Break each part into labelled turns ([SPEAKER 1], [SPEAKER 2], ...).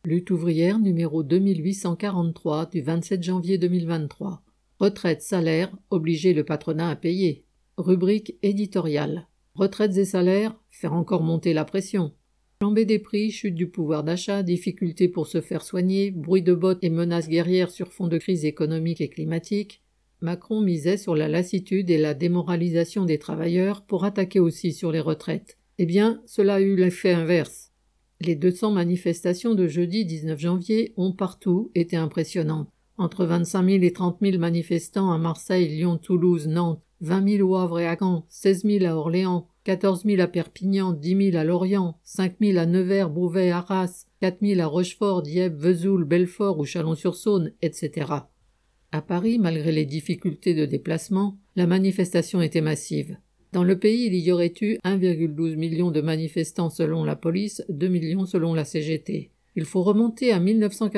[SPEAKER 1] Lutte ouvrière numéro 2843 du 27 janvier 2023. Retraite, salaire, obliger le patronat à payer. Rubrique éditoriale. Retraites et salaires, faire encore monter la pression. Flambée des prix, chute du pouvoir d'achat, difficultés pour se faire soigner, bruit de bottes et menaces guerrières sur fond de crise économique et climatique. Macron misait sur la lassitude et la démoralisation des travailleurs pour attaquer aussi sur les retraites. Eh bien, cela a eu l'effet inverse. Les 200 manifestations de jeudi 19 janvier ont partout été impressionnantes. Entre 25 000 et 30 000 manifestants à Marseille, Lyon, Toulouse, Nantes, 20 000 au Havre et à Caen, 16 000 à Orléans, 14 000 à Perpignan, 10 000 à Lorient, 5 000 à Nevers, Beauvais, Arras, 4 000 à Rochefort, Dieppe, Vesoul, Belfort ou Chalon-sur-Saône, etc. À Paris, malgré les difficultés de déplacement, la manifestation était massive. Dans le pays, il y aurait eu 1,12 million de manifestants selon la police, 2 millions selon la CGT. Il faut remonter à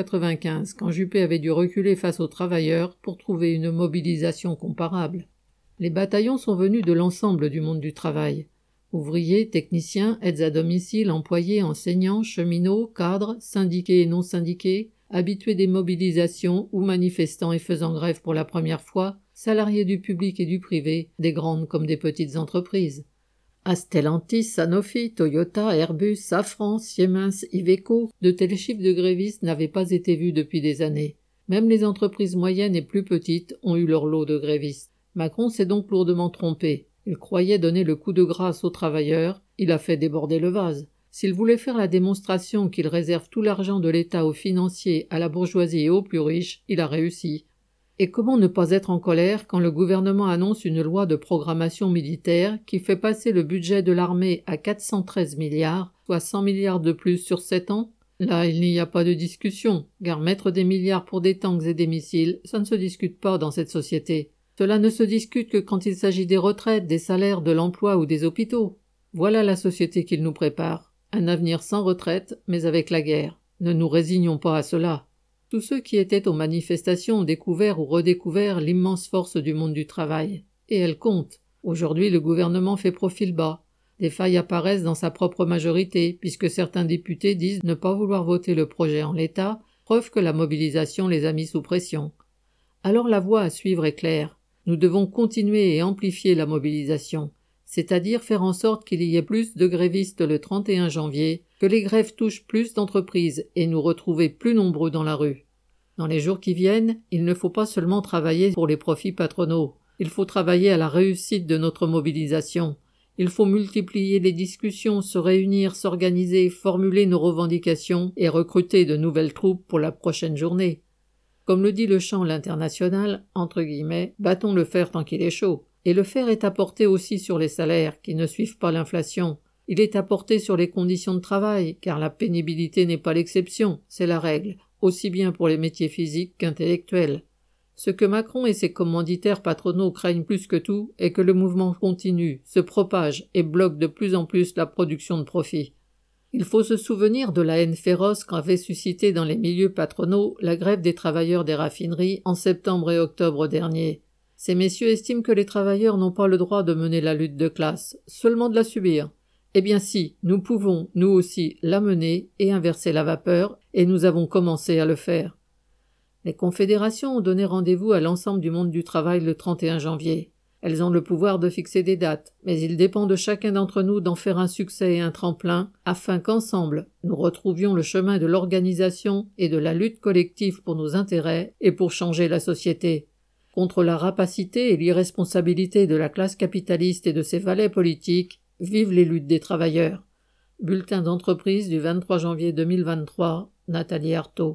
[SPEAKER 1] 1995, quand Juppé avait dû reculer face aux travailleurs pour trouver une mobilisation comparable. Les bataillons sont venus de l'ensemble du monde du travail. Ouvriers, techniciens, aides à domicile, employés, enseignants, cheminots, cadres, syndiqués et non syndiqués, habitués des mobilisations ou manifestants et faisant grève pour la première fois, salariés du public et du privé, des grandes comme des petites entreprises. Stellantis, Sanofi, Toyota, Airbus, Safran, Siemens, Iveco, de tels chiffres de grévistes n'avaient pas été vus depuis des années. Même les entreprises moyennes et plus petites ont eu leur lot de grévistes. Macron s'est donc lourdement trompé. Il croyait donner le coup de grâce aux travailleurs, il a fait déborder le vase. S'il voulait faire la démonstration qu'il réserve tout l'argent de l'État aux financiers, à la bourgeoisie et aux plus riches, il a réussi. Et comment ne pas être en colère quand le gouvernement annonce une loi de programmation militaire qui fait passer le budget de l'armée à 413 milliards, soit 100 milliards de plus sur 7 ans? Là, il n'y a pas de discussion, car mettre des milliards pour des tanks et des missiles, ça ne se discute pas dans cette société. Cela ne se discute que quand il s'agit des retraites, des salaires, de l'emploi ou des hôpitaux. Voilà la société qu'il nous prépare. Un avenir sans retraite, mais avec la guerre. Ne nous résignons pas à cela. Tous ceux qui étaient aux manifestations ont découvert ou redécouvert l'immense force du monde du travail. Et elle compte. Aujourd'hui, le gouvernement fait profil bas. Des failles apparaissent dans sa propre majorité, puisque certains députés disent ne pas vouloir voter le projet en l'état, preuve que la mobilisation les a mis sous pression. Alors la voie à suivre est claire. Nous devons continuer et amplifier la mobilisation, c'est-à-dire faire en sorte qu'il y ait plus de grévistes le 31 janvier, que les grèves touchent plus d'entreprises et nous retrouver plus nombreux dans la rue. Dans les jours qui viennent, il ne faut pas seulement travailler pour les profits patronaux, il faut travailler à la réussite de notre mobilisation. Il faut multiplier les discussions, se réunir, s'organiser, formuler nos revendications et recruter de nouvelles troupes pour la prochaine journée. Comme le dit le chant L'Internationale, entre guillemets, battons le fer tant qu'il est chaud. Et le fer est apporté aussi sur les salaires, qui ne suivent pas l'inflation. Il est apporté sur les conditions de travail, car la pénibilité n'est pas l'exception, c'est la règle, aussi bien pour les métiers physiques qu'intellectuels. Ce que Macron et ses commanditaires patronaux craignent plus que tout est que le mouvement continue, se propage et bloque de plus en plus la production de profit. Il faut se souvenir de la haine féroce qu'avait suscité dans les milieux patronaux la grève des travailleurs des raffineries en septembre et octobre dernier. Ces messieurs estiment que les travailleurs n'ont pas le droit de mener la lutte de classe, seulement de la subir. Eh bien si, nous pouvons, nous aussi, la mener et inverser la vapeur, et nous avons commencé à le faire. Les confédérations ont donné rendez-vous à l'ensemble du monde du travail le 31 janvier. Elles ont le pouvoir de fixer des dates, mais il dépend de chacun d'entre nous d'en faire un succès et un tremplin, afin qu'ensemble, nous retrouvions le chemin de l'organisation et de la lutte collective pour nos intérêts et pour changer la société. Contre la rapacité et l'irresponsabilité de la classe capitaliste et de ses valets politiques, vive les luttes des travailleurs. Bulletin d'entreprise du 23 janvier 2023, Nathalie Arthaud.